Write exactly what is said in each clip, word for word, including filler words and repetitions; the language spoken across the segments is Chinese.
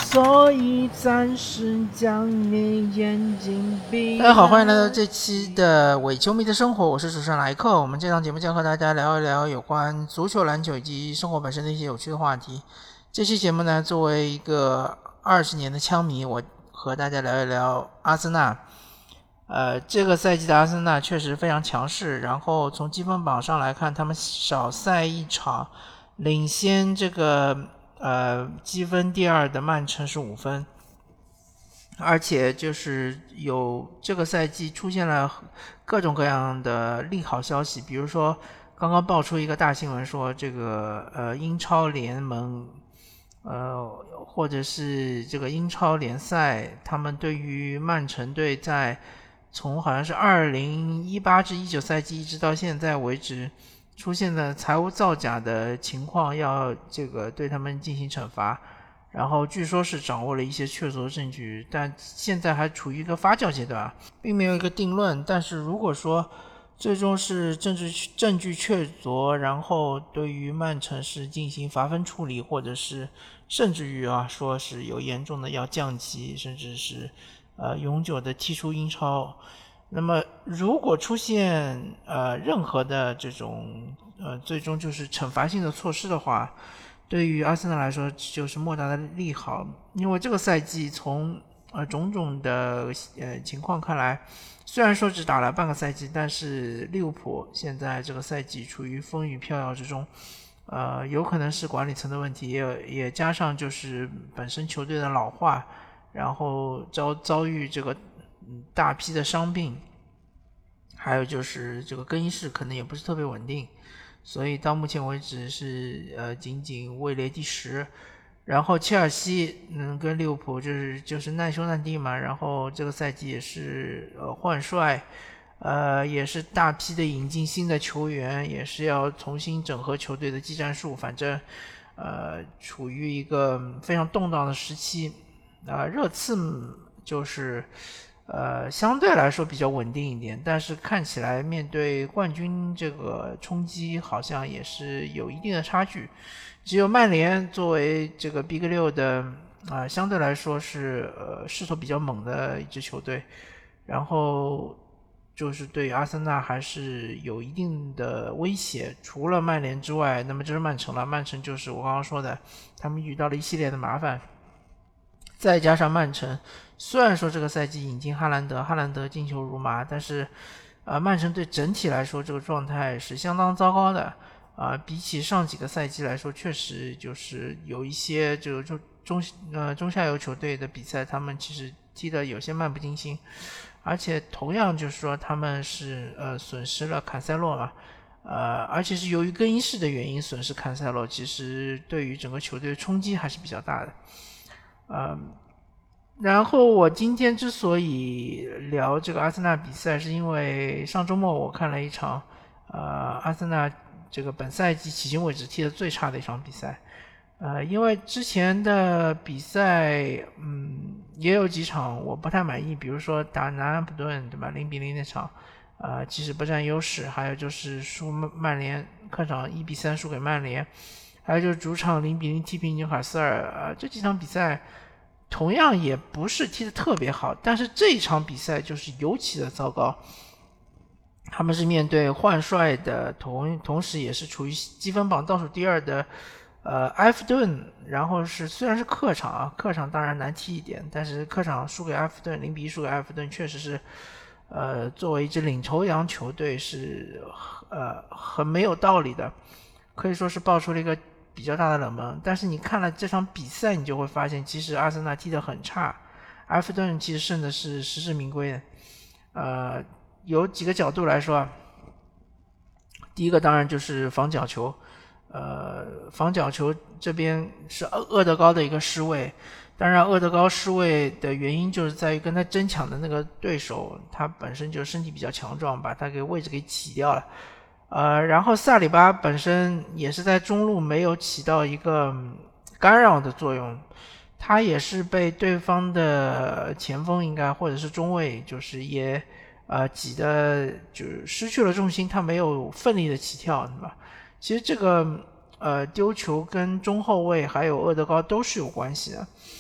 所以暂时将你眼睛闭。 大家好，欢迎来到这期的伪球迷的生活，我是主持人莱克。我们这档节目将和大家聊一聊有关足球、篮球以及生活本身的一些有趣的话题。这期节目呢，作为一个二十年的枪迷，我和大家聊一聊阿森纳。呃，这个赛季的阿森纳确实非常强势，然后从积分榜上来看，他们少赛一场，领先这个呃积分第二的曼城是五分。而且就是有这个赛季出现了各种各样的利好消息，比如说刚刚爆出一个大新闻说这个呃英超联盟呃或者是这个英超联赛，他们对于曼城队在从好像是二零一八至一九赛季一直到现在为止出现的财务造假的情况，要这个对他们进行惩罚。然后据说是掌握了一些确凿证据，但现在还处于一个发酵阶段，并没有一个定论。但是如果说最终是证据证据确凿，然后对于曼城是进行罚分处理，或者是甚至于啊说是有严重的要降级，甚至是呃永久的踢出英超。那么如果出现呃任何的这种呃最终就是惩罚性的措施的话，对于阿森纳来说就是莫大的利好，因为这个赛季从呃种种的呃情况看来，虽然说只打了半个赛季，但是利物浦现在这个赛季处于风雨飘摇之中，呃，有可能是管理层的问题，也也加上就是本身球队的老化，然后遭遭遇这个大批的伤病，还有就是这个更衣室可能也不是特别稳定。所以到目前为止是呃仅仅位列第十，然后切尔西嗯跟利物浦就是就是难兄难弟嘛，然后这个赛季也是呃换帅，呃也是大批的引进新的球员，也是要重新整合球队的技战术，反正呃处于一个非常动荡的时期啊、呃，热刺就是呃，相对来说比较稳定一点，但是看起来面对冠军这个冲击，好像也是有一定的差距。只有曼联作为这个 Big 六的啊、呃，相对来说是呃势头比较猛的一支球队，然后就是对阿森纳还是有一定的威胁。除了曼联之外，那么就是曼城了。曼城就是我刚刚说的，他们遇到了一系列的麻烦。再加上曼城，虽然说这个赛季引进哈兰德，哈兰德进球如麻，但是，呃，曼城队整体来说这个状态是相当糟糕的啊、呃。比起上几个赛季来说，确实就是有一些就中中呃中下游球队的比赛，他们其实踢得有些漫不经心，而且同样就是说他们是呃损失了坎塞洛嘛。呃，而且是由于更衣室的原因损失坎塞洛，其实对于整个球队的冲击还是比较大的。呃，然后我今天之所以聊这个阿森纳比赛，是因为上周末我看了一场，呃，阿森纳这个本赛季迄今为止踢的最差的一场比赛。呃，因为之前的比赛，嗯，也有几场我不太满意，比如说打南安普顿，对吧？零比零那场，呃，其实不占优势，还有就是输曼联客场一比三输给曼联。还有就是主场零比零踢平纽卡斯尔，呃，这几场比赛同样也不是踢得特别好，但是这一场比赛就是尤其的糟糕。他们是面对换帅的同同时也是处于积分榜倒数第二的呃埃弗顿，然后是虽然是客场啊，客场当然难踢一点，但是客场输给埃弗顿，零比一输给埃弗顿，确实是呃作为一支领头羊球队是呃很没有道理的，可以说是爆出了一个比较大的冷门。但是你看了这场比赛，你就会发现，其实阿森纳踢得很差，埃弗顿其实胜的是实至名归的。呃，有几个角度来说，第一个当然就是防角球，呃，防角球这边是厄德高的一个失位。当然，厄德高失位的原因就是在于跟他争抢的那个对手，他本身就身体比较强壮，把他给位置给挤掉了。呃，然后萨里巴本身也是在中路没有起到一个干扰的作用，他也是被对方的前锋应该或者是中卫，就是也呃挤的就失去了重心，他没有奋力的起跳，对吧？其实这个呃丢球跟中后卫还有厄德高都是有关系的。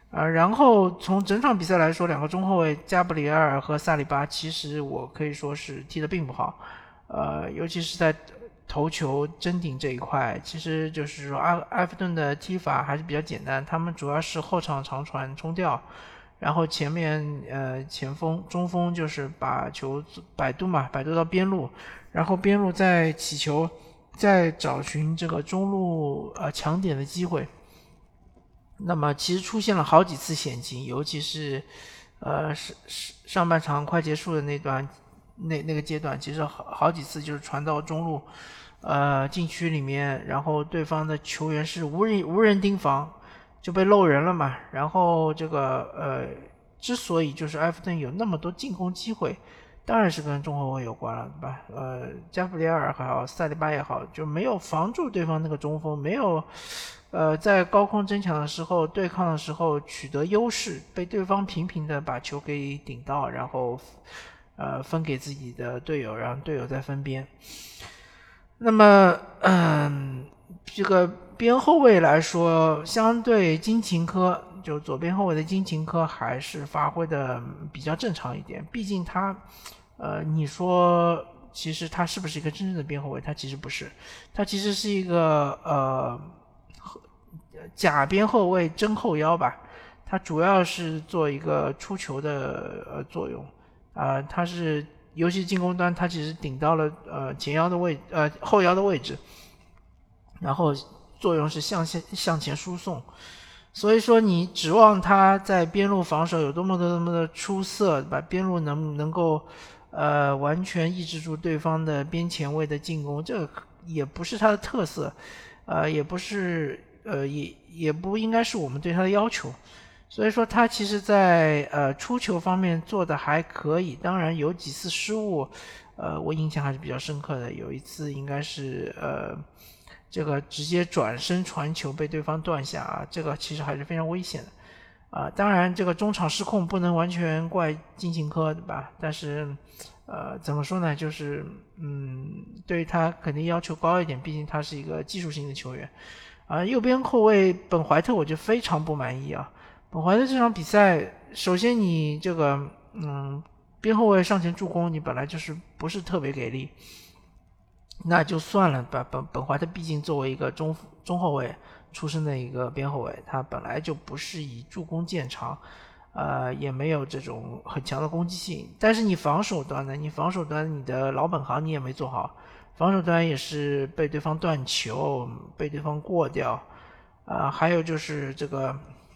呃，然后从整场比赛来说，两个中后卫加布里埃尔和萨里巴，其实我可以说是踢得并不好，呃，尤其是在头球争顶这一块，其实就是说埃埃弗顿的踢法还是比较简单，他们主要是后场长传冲吊，然后前面呃前锋中锋就是把球摆渡嘛，摆渡到边路，然后边路再起球，再找寻这个中路呃抢点的机会。那么其实出现了好几次险情，尤其是呃是是上半场快结束的那段那那个阶段，其实好好几次就是传到中路呃禁区里面，然后对方的球员是无人无人盯防，就被漏人了嘛。然后这个呃之所以就是埃弗顿有那么多进攻机会，当然是跟中后卫有关了，对吧？呃，加布里埃尔也好，塞利巴也好，就没有防住对方那个中锋，没有呃，在高空争抢的时候，对抗的时候取得优势，被对方频频的把球给顶到，然后呃分给自己的队友，让队友再分边。那么，嗯，这个边后卫来说，相对金琴科，就左边后卫的金琴科还是发挥的比较正常一点，毕竟他，呃，你说其实他是不是一个真正的边后卫？他其实不是，他其实是一个呃。假边后卫真后腰吧，它主要是做一个出球的呃作用啊、呃，它是尤其进攻端，它其实顶到了呃前腰的位呃后腰的位置，然后作用是向前向前输送，所以说你指望他在边路防守有多么多么的出色，把边路能能够呃完全抑制住对方的边前卫的进攻，这个也不是他的特色，呃也不是。呃，也也不应该是我们对他的要求，所以说他其实在呃出球方面做的还可以，当然有几次失误，呃，我印象还是比较深刻的。有一次应该是呃这个直接转身传球被对方断下啊，这个其实还是非常危险的啊、呃。当然这个中场失控不能完全怪金琴科，对吧？但是呃怎么说呢，就是嗯对他肯定要求高一点，毕竟他是一个技术型的球员。啊，右边后卫本怀特我就非常不满意啊！本怀特这场比赛，首先你这个嗯边后卫上前助攻，你本来就是不是特别给力，那就算了吧。本本怀特毕竟作为一个中中后卫出身的一个边后卫，他本来就不是以助攻见长，呃，也没有这种很强的攻击性。但是你防守端呢，你防守端你的老本行你也没做好。防守端也是被对方断球，被对方过掉，啊、呃，还有就是这个，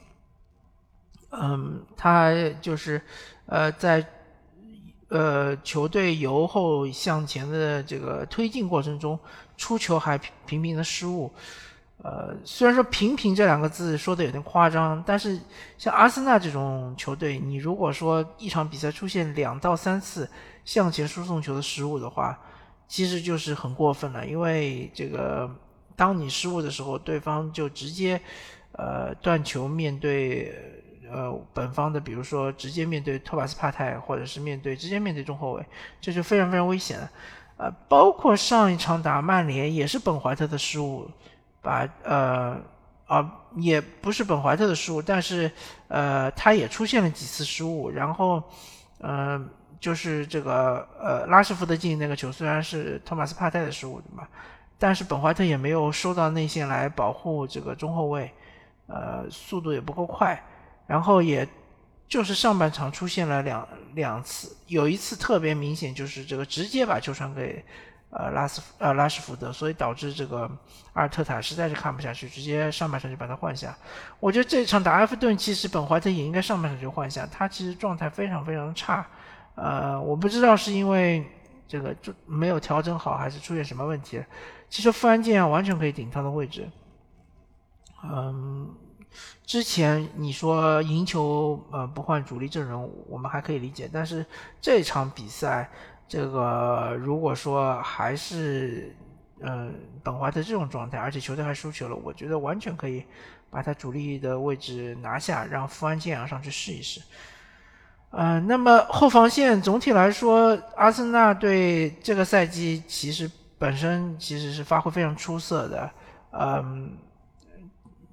嗯，他就是呃在呃球队由后向前的这个推进过程中，出球还频频的失误。呃，虽然说频频这两个字说的有点夸张，但是像阿森纳这种球队，你如果说一场比赛出现两到三次向前输送球的失误的话，其实就是很过分了，因为这个当你失误的时候，对方就直接呃断球面对呃本方的，比如说直接面对托马斯帕泰，或者是面对直接面对中后卫，这就非常非常危险了。呃，包括上一场打曼联也是本怀特的失误，把呃啊也不是本怀特的失误，但是呃他也出现了几次失误，然后呃。就是这个呃拉什福德进那个球虽然是托马斯帕泰的失误对吧，但是本怀特也没有收到内线来保护这个中后卫，呃速度也不够快，然后也就是上半场出现了两两次，有一次特别明显，就是这个直接把球传给呃拉斯呃拉什福德，所以导致这个阿尔特塔实在是看不下去，直接上半场就把他换下。我觉得这场打埃弗顿，其实本怀特也应该上半场就换下，他其实状态非常非常差。呃，我不知道是因为这个就没有调整好，还是出现什么问题了。其实富安健洋完全可以顶他的位置。嗯，之前你说赢球呃不换主力阵容，我们还可以理解，但是这场比赛，这个如果说还是呃本怀特这种状态，而且球队还输球了，我觉得完全可以把他主力的位置拿下，让富安健洋上去试一试。呃，那么后防线总体来说，阿森纳队这个赛季其实本身其实是发挥非常出色的，嗯，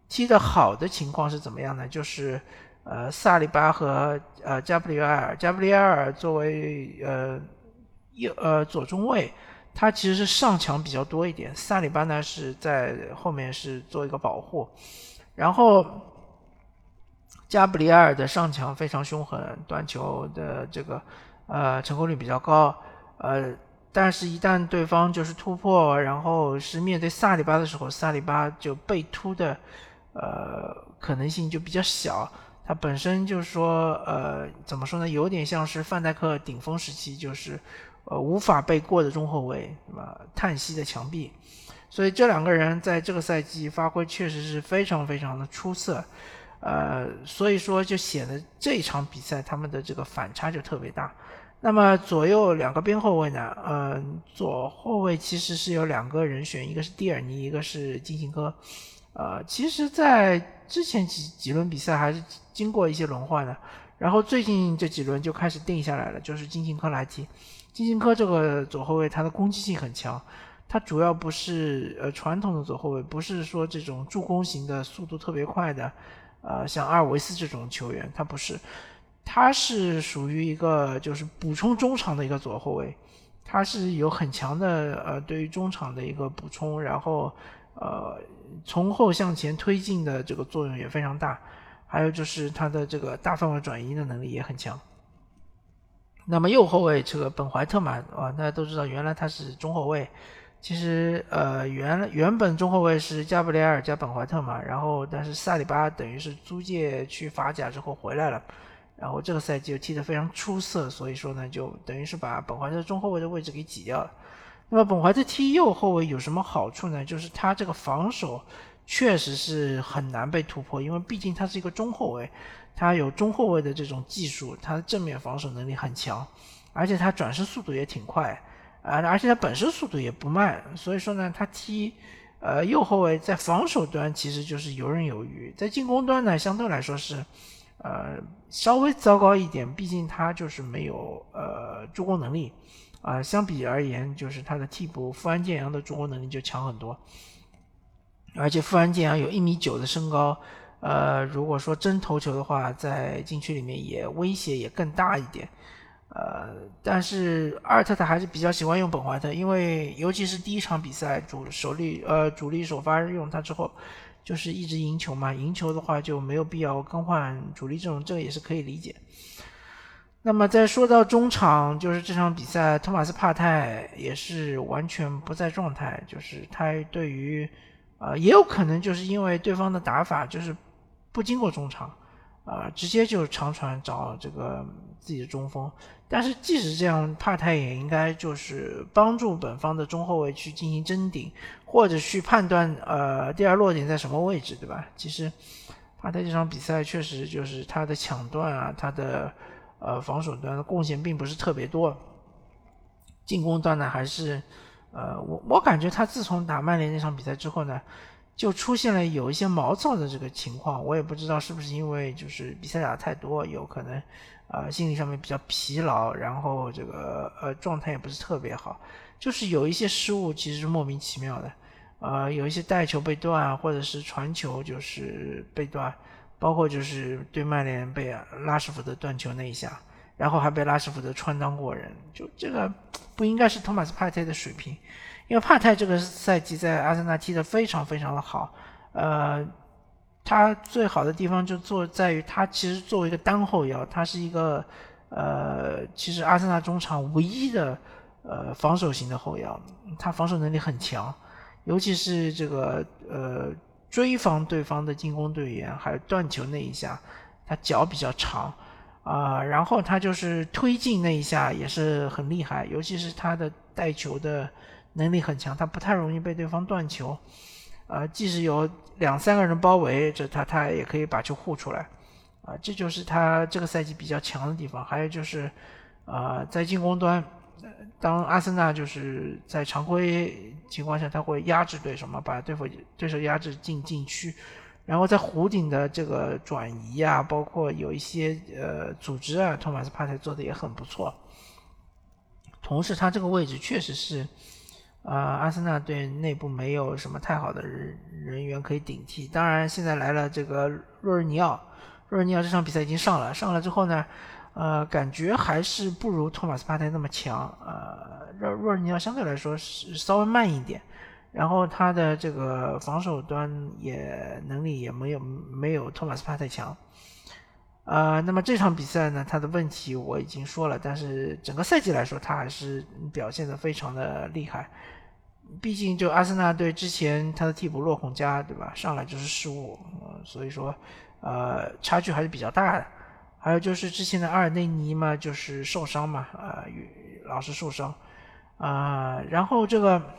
踢得好的情况是怎么样呢？就是呃萨利巴和呃加布里埃尔，加布里埃尔作为呃右呃左中卫，他其实是上抢比较多一点，萨利巴呢是在后面是做一个保护，然后加布里埃尔的上抢非常凶狠，断球的这个呃成功率比较高，呃。但是，一旦对方就是突破，然后是面对萨利巴的时候，萨利巴就被突的，呃，可能性就比较小。他本身就是说，呃，怎么说呢？有点像是范戴克顶峰时期，就是呃无法被过的中后卫，对吧？叹息的墙壁。所以这两个人在这个赛季发挥确实是非常非常的出色，呃，所以说就显得这一场比赛他们的这个反差就特别大。那么左右两个边后卫呢？呃，左后卫其实是有两个人选，一个是蒂尔尼，一个是金琴科。呃，其实，在之前几几轮比赛还是经过一些轮换的，然后最近这几轮就开始定下来了，就是金琴科来踢。金琴科这个左后卫，他的攻击性很强，他主要不是呃传统的左后卫，不是说这种助攻型的、速度特别快的，呃，像阿尔维斯这种球员，他不是。他是属于一个就是补充中场的一个左后卫，他是有很强的呃对于中场的一个补充，然后呃从后向前推进的这个作用也非常大，还有就是他的这个大范围转移的能力也很强。那么右后卫这个本怀特嘛，啊，大家都知道原来他是中后卫，其实呃原原本中后卫是加布里埃尔加本怀特嘛，然后但是萨里巴等于是租借去法甲之后回来了。然后这个赛季就踢得非常出色，所以说呢，就等于是把本怀特中后卫的位置给挤掉了。那么本怀特踢右后卫有什么好处呢？就是他这个防守确实是很难被突破，因为毕竟他是一个中后卫，他有中后卫的这种技术，他的正面防守能力很强，而且他转身速度也挺快啊，而且他本身速度也不慢，所以说呢，他踢呃右后卫在防守端其实就是游刃有余，在进攻端呢相对来说是。呃，稍微糟糕一点，毕竟他就是没有呃助攻能力啊、呃。相比而言，就是他的替补富安健洋的助攻能力就强很多，而且富安健洋有一米九的身高，呃，如果说真投球的话，在禁区里面也威胁也更大一点。呃，但是阿尔特塔还是比较喜欢用本怀特，因为尤其是第一场比赛主首力呃主力首发用他之后。就是一直赢球嘛，赢球的话就没有必要更换主力阵容，这个也是可以理解。那么再说到中场，就是这场比赛，托马斯帕泰也是完全不在状态，就是他对于，呃，也有可能就是因为对方的打法就是不经过中场，啊、呃，直接就长传找这个自己的中锋。但是即使这样，帕泰也应该就是帮助本方的中后卫去进行争顶，或者去判断呃第二落点在什么位置，对吧？其实帕泰这场比赛确实就是他的抢断啊，他的呃防守端的贡献并不是特别多，进攻端呢还是呃我我感觉他自从打曼联那场比赛之后呢，就出现了有一些毛躁的这个情况，我也不知道是不是因为就是比赛打太多，有可能呃心理上面比较疲劳，然后这个呃状态也不是特别好，就是有一些失误其实是莫名其妙的，呃有一些带球被断，或者是传球就是被断，包括就是对曼联被拉什福德断球那一下，然后还被拉什福德穿裆过人，就这个不应该是托马斯帕泰的水平。因为帕泰这个赛季在阿森纳踢得非常非常的好，呃，他最好的地方就做在于他其实作为一个单后腰，他是一个呃，其实阿森纳中场唯一的呃防守型的后腰，他防守能力很强，尤其是这个呃追防对方的进攻队员，还有断球那一下，他脚比较长啊、呃，然后他就是推进那一下也是很厉害，尤其是他的带球的能力很强，他不太容易被对方断球，呃，即使有两三个人包围着他，他也可以把球护出来，啊、呃，这就是他这个赛季比较强的地方。还有就是，呃，在进攻端，当阿森纳就是在常规情况下，他会压制对手嘛，把对手对手压制进禁区，然后在弧顶的这个转移啊，包括有一些呃组织啊，托马斯帕泰做的也很不错。同时，他这个位置确实是。 呃，阿森纳队内部没有什么太好的人人员可以顶替。当然，现在来了这个若日尼奥，若日尼奥这场比赛已经上了，上了之后呢，呃，感觉还是不如托马斯帕泰那么强。呃，若若日尼奥相对来说是稍微慢一点，然后他的这个防守端也能力也没有没有托马斯帕泰强。呃，那么这场比赛呢，他的问题我已经说了，但是整个赛季来说，他还是表现得非常的厉害。毕竟就阿森纳队之前他的替补洛孔加，对吧？上来就是失误，呃、所以说呃差距还是比较大的。还有就是之前的阿尔内尼嘛，就是受伤嘛，啊、呃，老是受伤啊、呃。然后这个，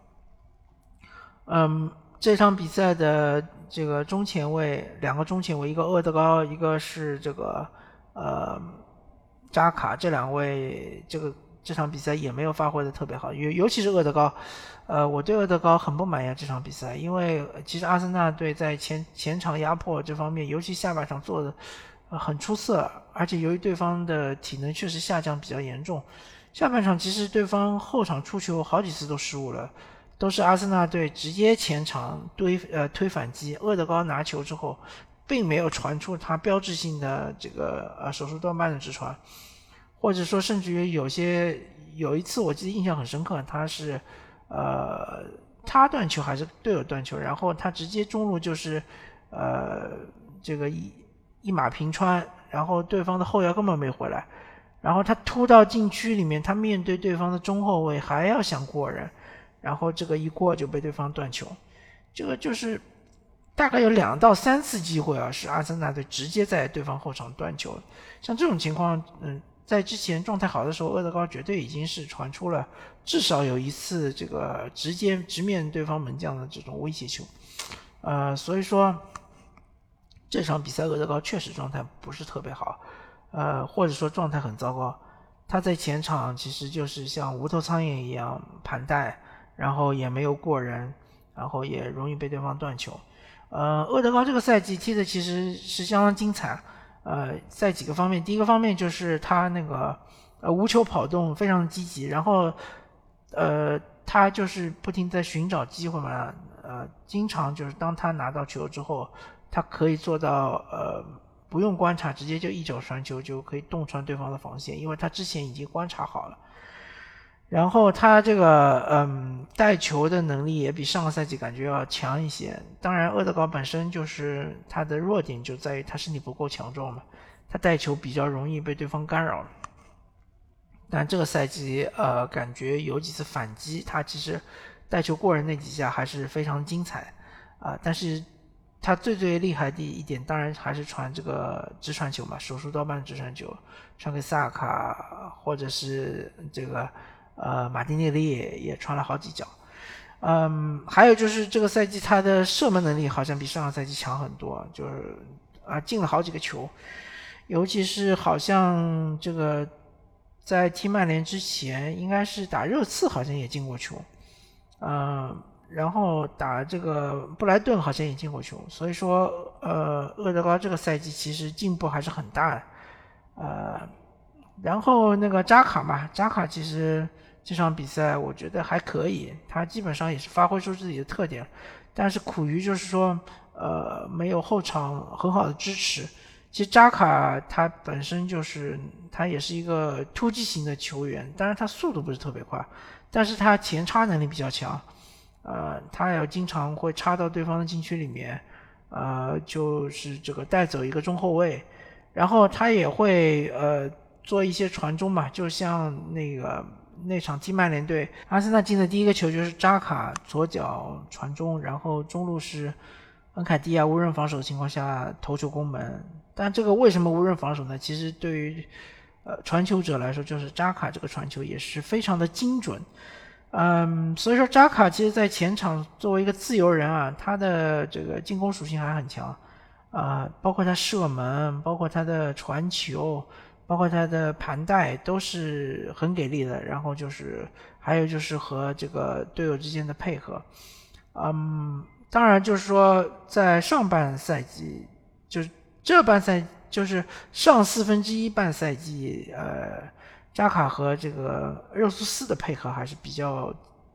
嗯，这场比赛的这个中前卫，两个中前卫，一个厄德高，一个是这个呃扎卡，这两位这个这场比赛也没有发挥的特别好，尤尤其是厄德高。呃，我对厄德高很不满意这场比赛，因为其实阿森纳队在前前场压迫这方面，尤其下半场做的、呃、很出色，而且由于对方的体能确实下降比较严重，下半场其实对方后场出球好几次都失误了，都是阿森纳队直接前场推呃推反击，厄德高拿球之后，并没有传出他标志性的这个呃手术断腕的直传，或者说甚至于有些有一次我记得印象很深刻，他是。呃，他断球还是队友断球，然后他直接中路就是，呃，这个一一马平川，然后对方的后腰根本没回来，然后他突到禁区里面，他面对对方的中后卫还要想过人，然后这个一过就被对方断球，这个就是大概有两到三次机会啊，是阿森纳队直接在对方后场断球，像这种情况，嗯。在之前状态好的时候，厄德高绝对已经是传出了至少有一次这个直接直面对方门将的这种威胁球，呃，所以说这场比赛厄德高确实状态不是特别好，呃，或者说状态很糟糕。他在前场其实就是像无头苍蝇一样盘带，然后也没有过人，然后也容易被对方断球。呃，厄德高这个赛季踢的其实是相当精彩。呃，在几个方面，第一个方面就是他那个呃无球跑动非常积极，然后呃他就是不停在寻找机会嘛，呃经常就是当他拿到球之后，他可以做到呃不用观察，直接就一脚传球就可以洞穿对方的防线，因为他之前已经观察好了。然后他这个嗯带球的能力也比上个赛季感觉要强一些。当然，厄德高本身就是他的弱点就在于他身体不够强壮嘛，他带球比较容易被对方干扰。但这个赛季呃感觉有几次反击，他其实带球过人那几下还是非常精彩啊、呃。但是他最最厉害的一点，当然还是传这个直传球嘛，手术刀般的直传球，传给萨卡或者是这个。呃，马丁内利也传了好几脚，嗯，还有就是这个赛季他的射门能力好像比上个赛季强很多，就是啊进了好几个球，尤其是好像这个在踢曼联之前，应该是打热刺好像也进过球，嗯，然后打这个布莱顿好像也进过球，所以说呃，厄德高这个赛季其实进步还是很大的，呃，然后那个扎卡嘛，扎卡其实。这场比赛我觉得还可以，他基本上也是发挥出自己的特点，但是苦于就是说，呃，没有后场很好的支持。其实扎卡他本身就是他也是一个突击型的球员，当然他速度不是特别快，但是他前插能力比较强，呃，他也经常会插到对方的禁区里面，呃，就是这个带走一个中后卫，然后他也会呃做一些传中嘛，就像那个。那场踢曼联队，阿森纳进的第一个球就是扎卡左脚传中，然后中路是恩凯蒂亚无人防守的情况下头球攻门。但这个为什么无人防守呢？其实对于呃传球者来说，就是扎卡这个传球也是非常的精准。嗯，所以说扎卡其实在前场作为一个自由人啊，他的这个进攻属性还很强啊、呃，包括他射门，包括他的传球。包括他的盘带都是很给力的，然后就是还有就是和这个队友之间的配合，嗯，当然就是说在上半赛季，就是这半赛就是上四分之一半赛季，呃，扎卡和这个热苏斯的配合还是比较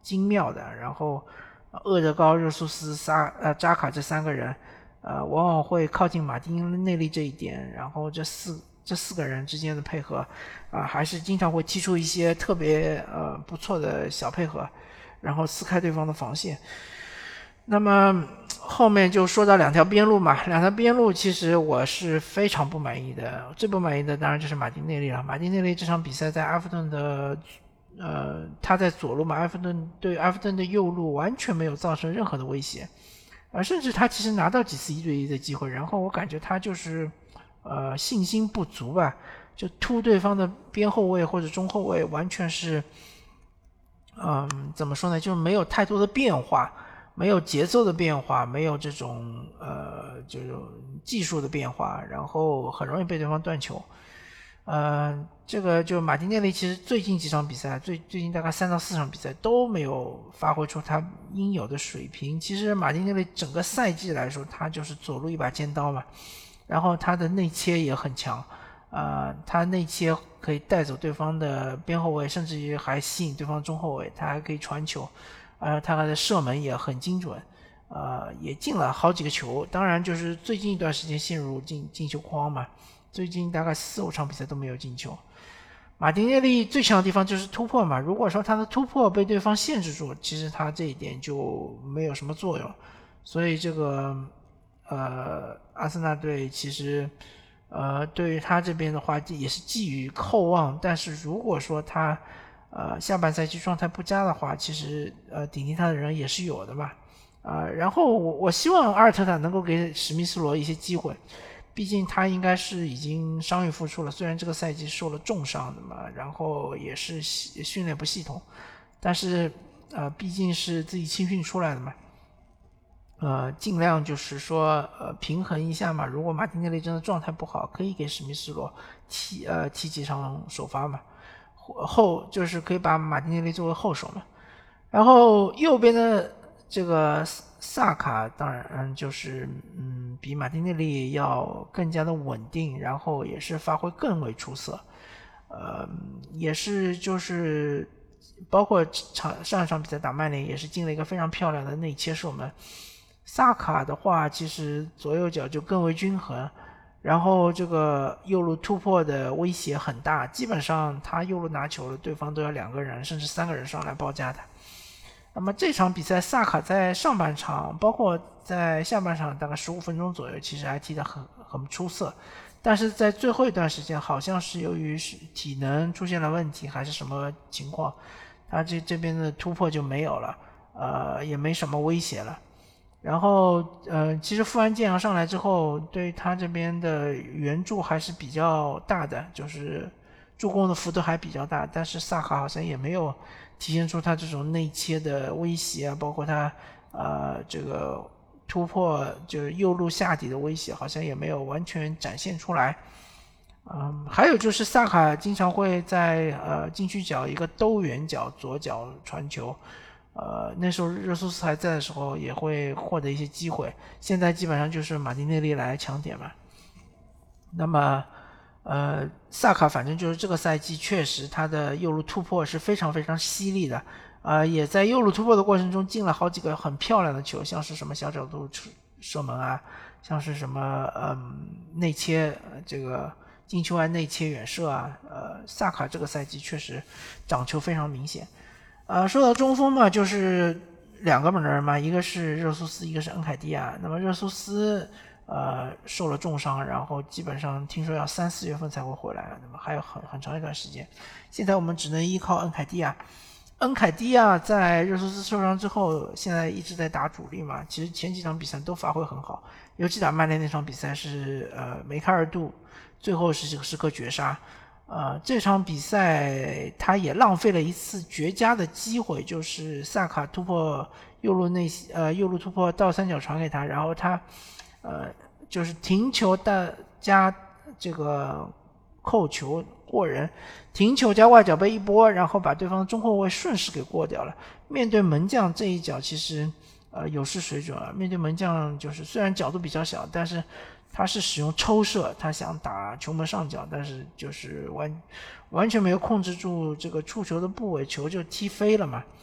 精妙的。然后厄德高、热苏斯、萨呃扎卡这三个人，呃，往往会靠近马丁内利这一点，然后这四这四个人之间的配合，啊、呃，还是经常会踢出一些特别呃不错的小配合，然后撕开对方的防线。那么后面就说到两条边路嘛，两条边路其实我是非常不满意的，最不满意的当然就是马丁内利了。马丁内利这场比赛在埃弗顿的，呃，他在左路嘛，埃弗顿对埃弗顿的右路完全没有造成任何的威胁，呃，甚至他其实拿到几次一对一的机会，然后我感觉他就是，呃，信心不足吧，就突对方的边后卫或者中后卫，完全是，嗯，怎么说呢，就是没有太多的变化。没有节奏的变化，没有这种呃这种技术的变化，然后很容易被对方断球。呃，这个就马丁内利其实最近几场比赛，最最近大概三到四场比赛都没有发挥出他应有的水平。其实马丁内利整个赛季来说，他就是左路一把尖刀嘛，然后他的内切也很强，呃，他内切可以带走对方的边后卫，甚至于还吸引对方中后卫，他还可以传球。呃，他的射门也很精准，呃，也进了好几个球。当然，就是最近一段时间陷入进进球荒嘛，最近大概四五场比赛都没有进球。马丁内利最强的地方就是突破嘛，如果说他的突破被对方限制住，其实他这一点就没有什么作用。所以这个呃，阿森纳队其实呃对于他这边的话也是寄予厚望，但是如果说他呃，下半赛季状态不佳的话，其实呃顶替他的人也是有的嘛，啊、呃，然后我我希望阿尔特塔能够给史密斯罗一些机会，毕竟他应该是已经伤愈复出了，虽然这个赛季受了重伤的嘛，然后也是训练不系统，但是呃毕竟是自己青训出来的嘛，呃尽量就是说呃平衡一下嘛，如果马丁内利真的状态不好，可以给史密斯罗踢呃踢几场首发嘛。后就是可以把马丁内利作为后手嘛，然后右边的这个萨卡当然就是嗯比马丁内利要更加的稳定，然后也是发挥更为出色，呃也是就是包括场上一场比赛打曼联也是进了一个非常漂亮的内切射门。萨卡的话其实左右脚就更为均衡。然后这个右路突破的威胁很大，基本上他右路拿球了，对方都要两个人甚至三个人上来包夹他。那么这场比赛萨卡在上半场包括在下半场大概十五分钟左右其实还踢得很很出色，但是在最后一段时间好像是由于体能出现了问题还是什么情况，他这这边的突破就没有了，呃也没什么威胁了。然后呃，其实富安健洋上来之后，对他这边的援助还是比较大的，就是助攻的幅度还比较大，但是萨卡好像也没有体现出他这种内切的威胁啊，包括他呃这个突破就是右路下底的威胁，好像也没有完全展现出来。嗯，还有就是萨卡经常会在呃禁区角一个兜圆角左脚传球。呃，那时候热苏斯还在的时候也会获得一些机会，现在基本上就是马丁内利来抢点嘛。那么，呃，萨卡反正就是这个赛季确实他的右路突破是非常非常犀利的，啊、呃，也在右路突破的过程中进了好几个很漂亮的球，像是什么小角度射门啊，像是什么嗯内切这个禁区外内切远射啊，呃，萨卡这个赛季确实长球非常明显。呃，说到中锋嘛，就是两个人嘛，一个是热苏斯，一个是恩凯蒂亚。那么热苏斯呃受了重伤，然后基本上听说要三四月份才会回来，那么还有很很长一段时间。现在我们只能依靠恩凯蒂亚。恩凯蒂亚在热苏斯受伤之后，现在一直在打主力嘛。其实前几场比赛都发挥很好，尤其打曼联那场比赛是呃梅开二度，最后是时刻绝杀。呃，这场比赛他也浪费了一次绝佳的机会，就是萨卡突破右路内呃右路突破倒三角传给他，然后他呃就是停球的加这个扣球过人，停球加外脚背一拨，然后把对方的中后卫顺势给过掉了。面对门将这一脚其实呃有失水准啊，面对门将就是虽然角度比较小，但是他是使用抽射，他想打球门上角，但是就是完完全没有控制住这个触球的部位，球就踢飞了嘛。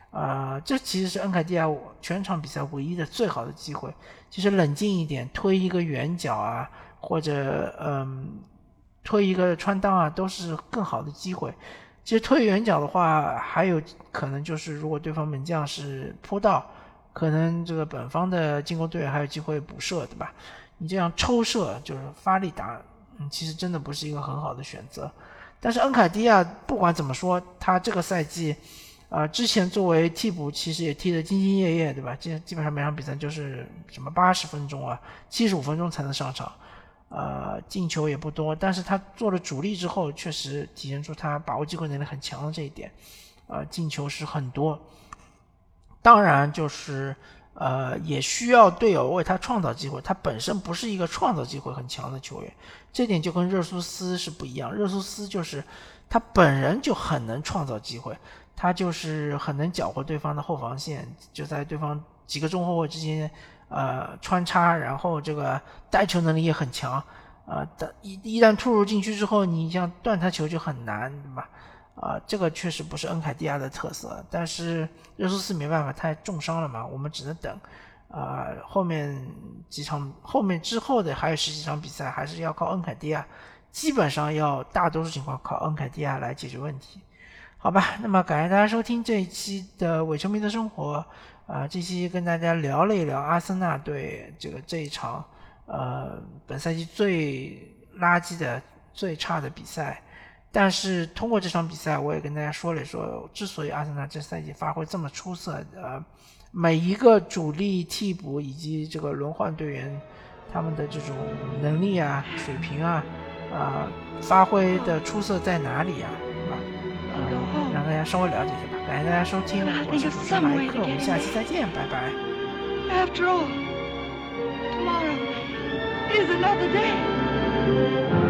呃，这其实是恩凯蒂亚全场比赛唯一的最好的机会。其实冷静一点，推一个远角啊，或者嗯推一个穿裆啊，都是更好的机会。其实推远角的话，还有可能就是如果对方门将是扑倒，可能这个本方的进攻队员还有机会补射，对吧？你这样抽射就是发力打，嗯，其实真的不是一个很好的选择。但是恩凯蒂亚不管怎么说，他这个赛季啊、呃，之前作为替补其实也踢得兢兢业业，对吧？基基本上每场比赛就是什么八十分钟啊，七十五分钟才能上场，呃，进球也不多，但是他做了主力之后，确实体现出他把握机会能力很强的这一点，呃，进球是很多。当然就是呃，也需要队友为他创造机会，他本身不是一个创造机会很强的球员，这点就跟热苏斯是不一样。热苏斯就是他本人就很能创造机会，他就是很能搅和对方的后防线，就在对方几个中后卫之间呃穿插，然后这个带球能力也很强，呃，一一旦突入禁区之后，你像断他球就很难，对吧？啊、呃，这个确实不是恩凯蒂亚的特色，但是热苏斯没办法，太重伤了嘛，我们只能等。啊、呃，后面几场，后面之后的还有十几场比赛，还是要靠恩凯蒂亚，基本上要大多数情况靠恩凯蒂亚来解决问题。好吧，那么感谢大家收听这一期的伪球迷的生活，啊、呃，这期跟大家聊了一聊阿森纳队这个这一场，呃，本赛季最垃圾的、最差的比赛。但是通过这场比赛，我也跟大家说了说，之所以阿森纳这赛季发挥这么出色，呃，每一个主力、替补以及这个轮换队员，他们的这种能力啊、水平啊，啊、呃，发挥的出色在哪里啊？是吧？呃，让大家稍微了解一下吧。感谢大家收听，我是主持人莱克，我们下期再见，拜拜。 After all, tomorrow is another day.